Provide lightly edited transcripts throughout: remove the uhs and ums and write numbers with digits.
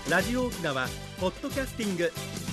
ラジオ沖縄ポッドキャスティング。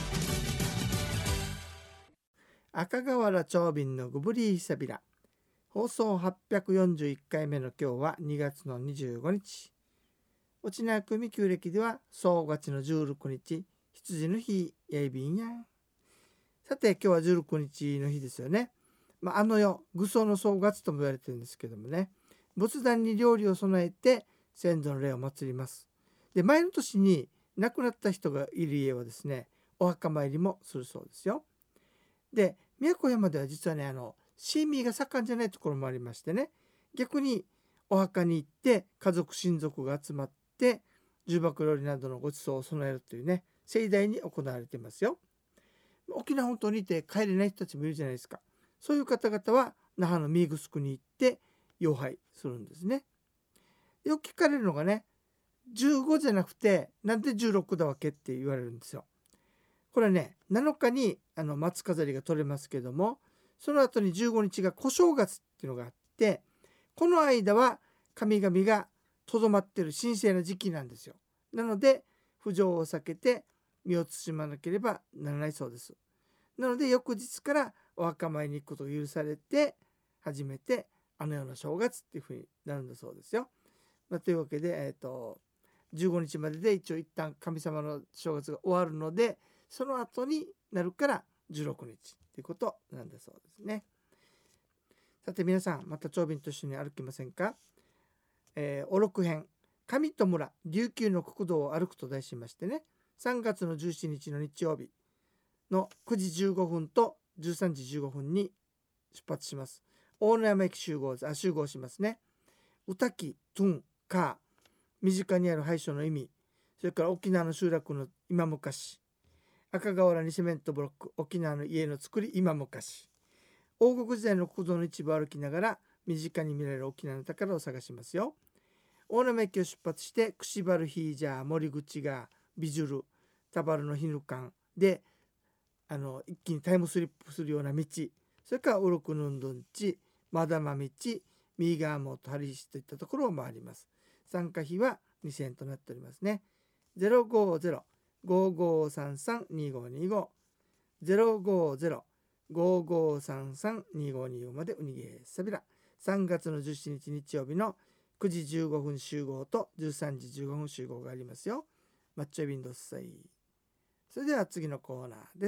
赤瓦長瓶のグブリーサビラ、放送841回目の今日は2月の25日。沖縄組旧暦では総月の16日、羊の日やいびんや。さて今日は16日の日ですよね。世愚僧の総月とも言われてるんですけどもね、仏壇に料理を備えて先祖の霊を祀ります。で、前の年に亡くなった人がいる家はですね、お墓参りもするそうですよ。で、宮古山では実はね、神秘が盛んじゃないところもありましてね、逆にお墓に行って家族親族が集まって重箱料理などのご馳走を備えるというね、盛大に行われていますよ。沖縄本島にいて帰れない人たちもいるじゃないですか。そういう方々は那覇のミーグスクに行って妖拝するんですね。よく聞かれるのがね、15じゃなくてなんで16だわけって言われるんですよ。これね、7日に松飾りが取れますけども、その後に15日が小正月っていうのがあって、この間は神々がとどまっている神聖な時期なんですよ。なので不浄を避けて身を慎まなければならないそうです。なので翌日からお墓参りに行くことが許されて、初めてあの世の正月っていう風になるんだそうですよ。というわけで、15日までで一旦神様の正月が終わるので、その後になるから16日ということなんだそうですね。さて皆さん、また長瓶と一緒に歩きませんか。お六編上戸村琉球の国道を歩くと題しましてね、3月の17日の日曜日の9時15分と13時15分に出発します。大野山駅集合しますね。歌き、トゥン、カー、身近にある廃墟の意味、それから沖縄の集落の今昔、赤瓦にセメントブロック、沖縄の家の作り今昔、王国時代の国道の一部を歩きながら身近に見られる沖縄の宝を探しますよ。大野山駅を出発して串原ヒージャー、森口がビジュル、田原のヒヌカンで一気にタイムスリップするような道、それからウロクヌンドンチ、マダマ道、ミーガーモとハリシといったところを回ります。参加費は2000円となっておりますね。050-5533-2525 050-5533-2525までうにげさびら。3月の17日日曜日の9時15分集合と13時15分集合がありますよ。マッチョビンドッサイ。それでは次のコーナーです。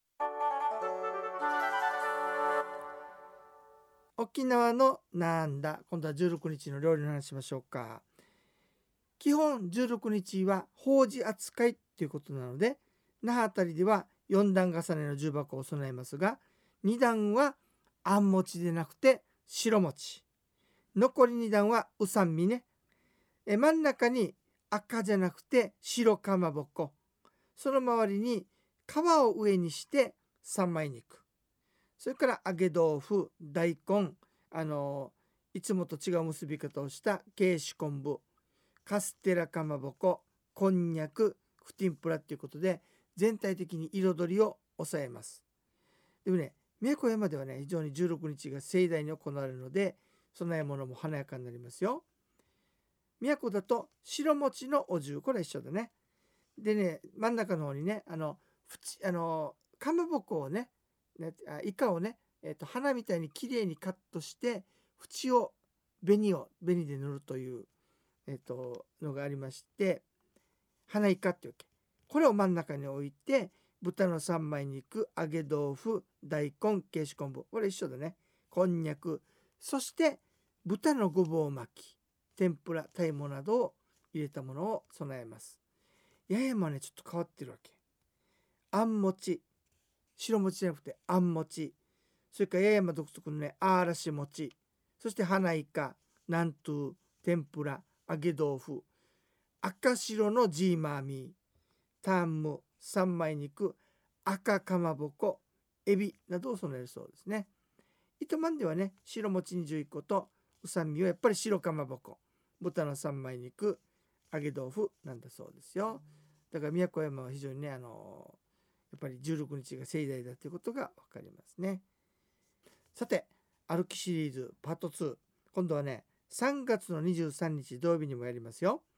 沖縄のなんだ、今度は16日の料理の話しましょうか。基本16日は法事扱いということなので、那覇あたりでは4段重ねの重箱を備えますが、2段はあん餅でなくて白餅、残り2段はうさんみね。真ん中に赤じゃなくて白かまぼこ、その周りに皮を上にして三枚肉、それから揚げ豆腐、大根、いつもと違う結び方をした慶子昆布、カステラかまぼこ、こんにゃく、クティンプラということで全体的に彩りを抑えます。でもね、宮古山ではね、非常に16日が盛大に行われるので、供え物も華やかになりますよ。宮古だと白餅のお重、これは一緒だね。でね、真ん中の方にね、かまぼこをね、イカをね、花みたいにきれいにカットして縁を紅で塗るという、のがありまして、花イカっていうわけ。これを真ん中に置いて、豚の三枚肉、揚げ豆腐、大根、慶子昆布、これ一緒だね。こんにゃく、そして豚のごぼう巻き、天ぷら、鯛もなどを入れたものを備えます。八重山はね、ちょっと変わってるわけ。あん餅、白餅じゃなくてあん餅、それから八重山独特のね、あーらし餅、そして花イカ、南東、天ぷら、揚げ豆腐、赤白のジーマーミー、タンム、三枚肉、赤かまぼこ、エビなどを備えるそうですね。糸満ではね、白餅21個とうさんみはやっぱり白かまぼこ、豚の三枚肉、揚げ豆腐なんだそうですよ。だから宮古山は非常にね、やっぱり16日が盛大だということが分かりますね。さて、歩きシリーズパート2、今度はね、3月の23日土曜日にもやりますよ。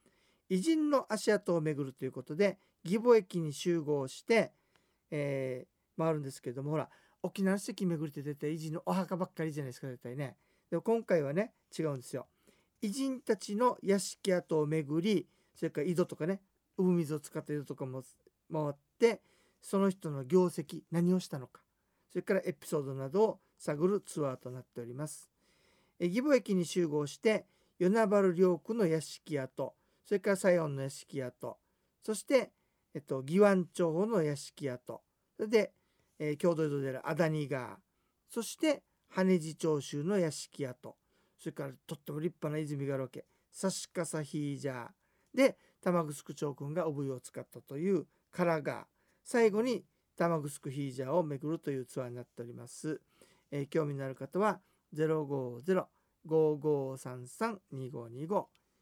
偉人の足跡を巡るということで義母駅に集合して、回るんですけれども、ほら沖縄の史跡巡りって出て偉人のお墓ばっかりじゃないですか、絶対ね。でも今回はね違うんですよ。偉人たちの屋敷跡を巡り、それから井戸とかね、海水を使った井戸とかも回って、その人の業績、何をしたのか、それからエピソードなどを探るツアーとなっております。義母駅に集合して与那原領区の屋敷跡、それから西園の屋敷跡、そして、義湾町の屋敷跡、それで、郷土井戸である阿谷川、そして羽地町州の屋敷跡、それからとっても立派な泉があるわけ、サシカサヒージャーで玉城町君が産湯を使ったという唐川、最後に玉城ヒージャーを巡るというツアーになっております。興味のある方は 050-5533-2525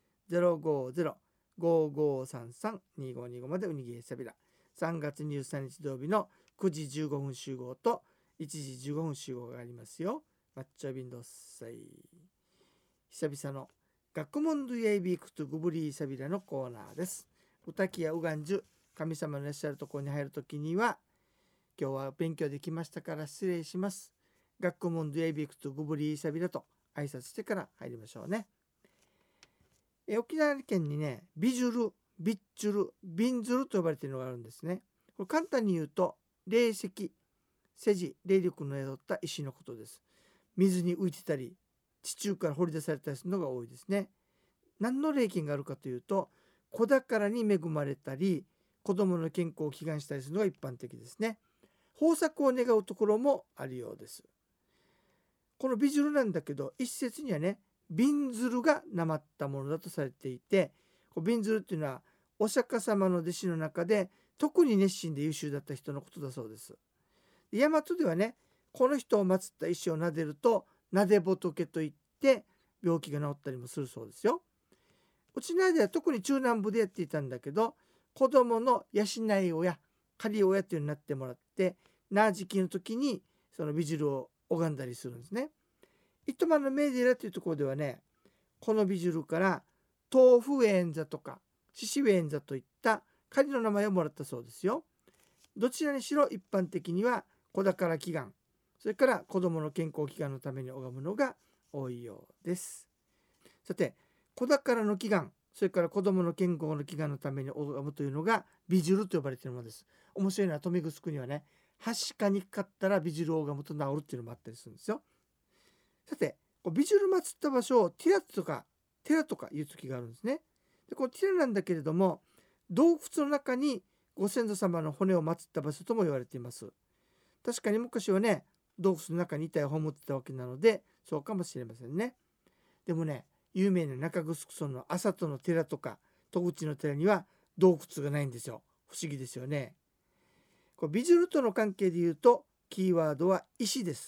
050-5533-2525までウニギエサビラ。3月23日土曜日の9時15分集合と1時15分集合がありますよ。マッチョビンドッサイ。久々の学問ドゥエイビークトゥグブリーサビラのコーナーです。歌木やウガンジュ、神様のいらっしゃるところに入るときには、今日は勉強できましたから失礼します。学問ドゥエイビークトゥグブリーサビラと挨拶してから入りましょうね。沖縄県にね、ビジュル、ビッチュル、ビンズルと呼ばれているのがあるんですね。これ簡単に言うと、霊石、世磁、霊力の宿った石のことです。水に浮いてたり、地中から掘り出されたりするのが多いですね。何の霊験があるかというと、子宝に恵まれたり、子供の健康を祈願したりするのが一般的ですね。豊作を願うところもあるようです。このビジュルなんだけど、一説にはね、ビンズルがなまったものだとされていて、ビンズルっていうのはお釈迦様の弟子の中で特に熱心で優秀だった人のことだそうです。大和ではね、この人を祀った石を撫でると撫で仏といって病気が治ったりもするそうですよ。うちの間では特に中南部でやっていたんだけど、子供の養い親、借り親っていうのになってもらって、な時期の時にそのビジュルを拝んだりするんですね。糸満のメディラというところではね、このビジュルから豆腐円座とか獅子円座といった仮の名前をもらったそうですよ。どちらにしろ一般的には子宝祈願、それから子供の健康祈願のために拝むのが多いようです。さて、子宝の祈願、それから子供の健康の祈願のために拝むというのがビジュルと呼ばれているものです。面白いのは、富城にはね、はしかにかかったらビジュルを拝むと治るっていうのもあったりするんですよ。さて、ビジュル祀った場所をティラとかいう時があるんですね。で、このティラなんだけれども、洞窟の中にご先祖様の骨を祀った場所とも言われています。確かに昔はね、洞窟の中に遺体を葬ってたわけなので、そうかもしれませんね。でもね、有名な中城村の朝戸の寺とか戸口の寺には洞窟がないんですよ。不思議ですよね。これビジュルとの関係で言うと、キーワードは石です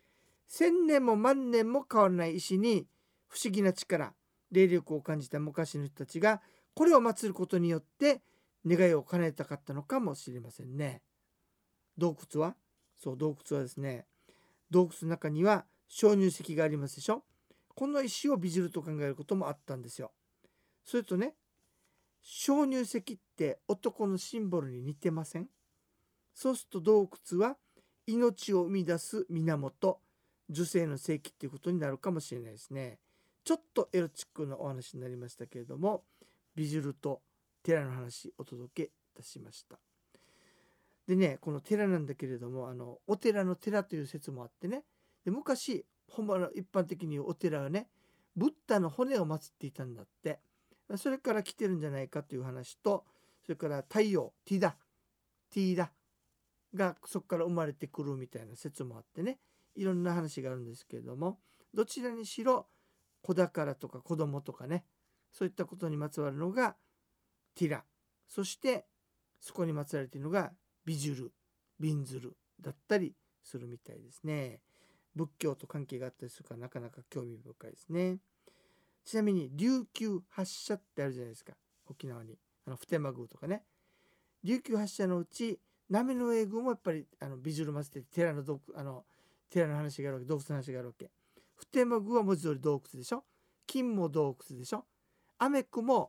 。1000年も万年も変わらない石に不思議な力、霊力を感じた昔の人たちがこれを祀ることによって願いを叶えたかったのかもしれませんね。洞窟はですね、洞窟の中には鍾乳石がありますでしょ。この石をビジュルと考えることもあったんですよ。それとね、鍾乳石って男のシンボルに似てません？そうすると洞窟は命を生み出す源、女性の性器っていうことになるかもしれないですね。ちょっとエロチックなお話になりましたけれども、ビジュルと寺の話お届けいたしました。でね、この寺なんだけれども、お寺の寺という説もあってね、で昔本場の一般的にお寺はね、ブッダの骨を祀っていたんだって。それから来てるんじゃないかという話と、それから太陽ティダがそこから生まれてくるみたいな説もあってね、いろんな話があるんですけれども、どちらにしろ子宝とか子供とかね、そういったことにまつわるのがティラ、そしてそこにまつわれているのがビジュル、ビンズルだったりするみたいですね。仏教と関係があったりするからなかなか興味深いですね。ちなみに琉球発社ってあるじゃないですか、沖縄に普天満宮とかね。琉球発社のうち波の英宮もやっぱりビジュル祀って寺の話があるわけ、洞窟の話があるわけ。普天満宮は文字通り洞窟でしょ。金も洞窟でしょ。アメクも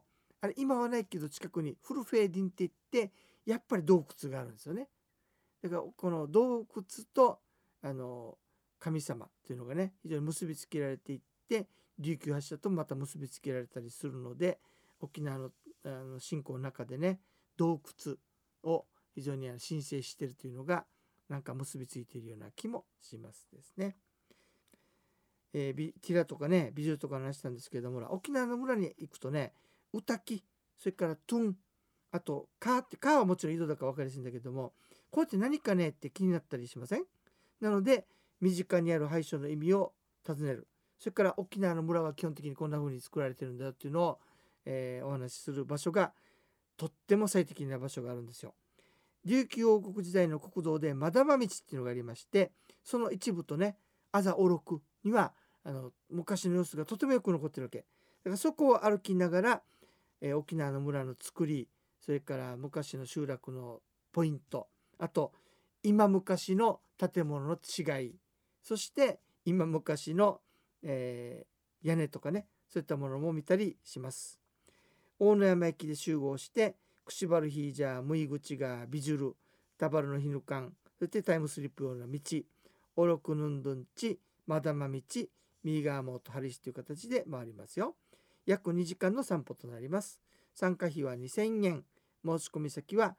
あれ今はないけど近くにフルフェーディンって言ってやっぱり洞窟があるんですよね。だからこの洞窟と神様というのがね非常に結びつけられていって琉球発祥とまた結びつけられたりするので沖縄の信仰の中でね洞窟を非常に神聖しているというのがなんか結びついているような気もしますですね。ティラとかね美獣とか話したんですけれども沖縄の村に行くとねウタキそれからトゥンあとカーはもちろん井戸だか分かりやすいんだけどもこうやって何かねって気になったりしません？なので身近にある拝所の意味を尋ねる。それから沖縄の村は基本的にこんな風に作られてるんだっていうのを、お話しする場所がとっても最適な場所があるんですよ。琉球王国時代の国道でマダマ道っていうのがありましてその一部とねアザオロクには昔の様子がとてもよく残ってるわけだからそこを歩きながら、沖縄の村の作りそれから昔の集落のポイントあと今昔の建物の違いそして今昔の、屋根とかねそういったものも見たりします。大野山駅で集合してクシバルヒージャームイグチガービジュルダバルのヒヌカンそしてタイムスリップような道オロクヌンドンチマダマ道ミーガーモートハリシという形で回りますよ。約2時間の散歩となります。参加費は2000円申し込み先は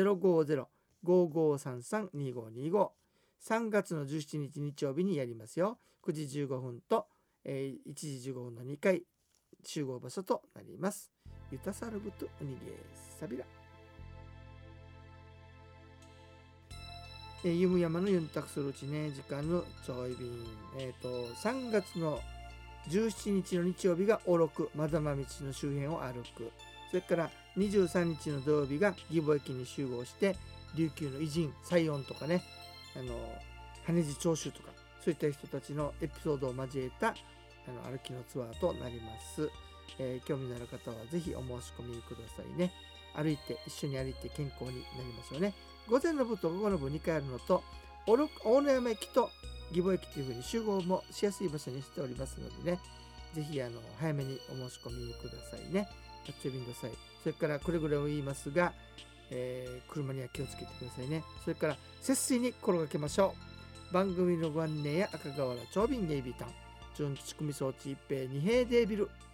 050-5533-2525 3月の17日日曜日にやりますよ。9時15分と、1時15分の2回集合場所となります。ユタサルブトウニゲーサビラ、ユムヤマのユンタクするうちね時間のちょい便3月の17日の日曜日がオロクマダマ道の周辺を歩く。それから23日の土曜日が義母駅に集合して琉球の偉人西園とかね羽地長州とかそういった人たちのエピソードを交えた歩きのツアーとなります。興味のある方はぜひお申し込みくださいね。一緒に歩いて健康になりましょうね。午前の部と午後の部2回あるのと大野山駅と義母駅というふうに集合もしやすい場所にしておりますのでねぜひ早めにお申し込みくださいね。ご注意ください。それからくれぐれも言いますが、車には気をつけてくださいね。それから節水に心がけましょう。番組のご案内や赤瓦長瓶ゲイビータン準仕組み装置一平二平デービル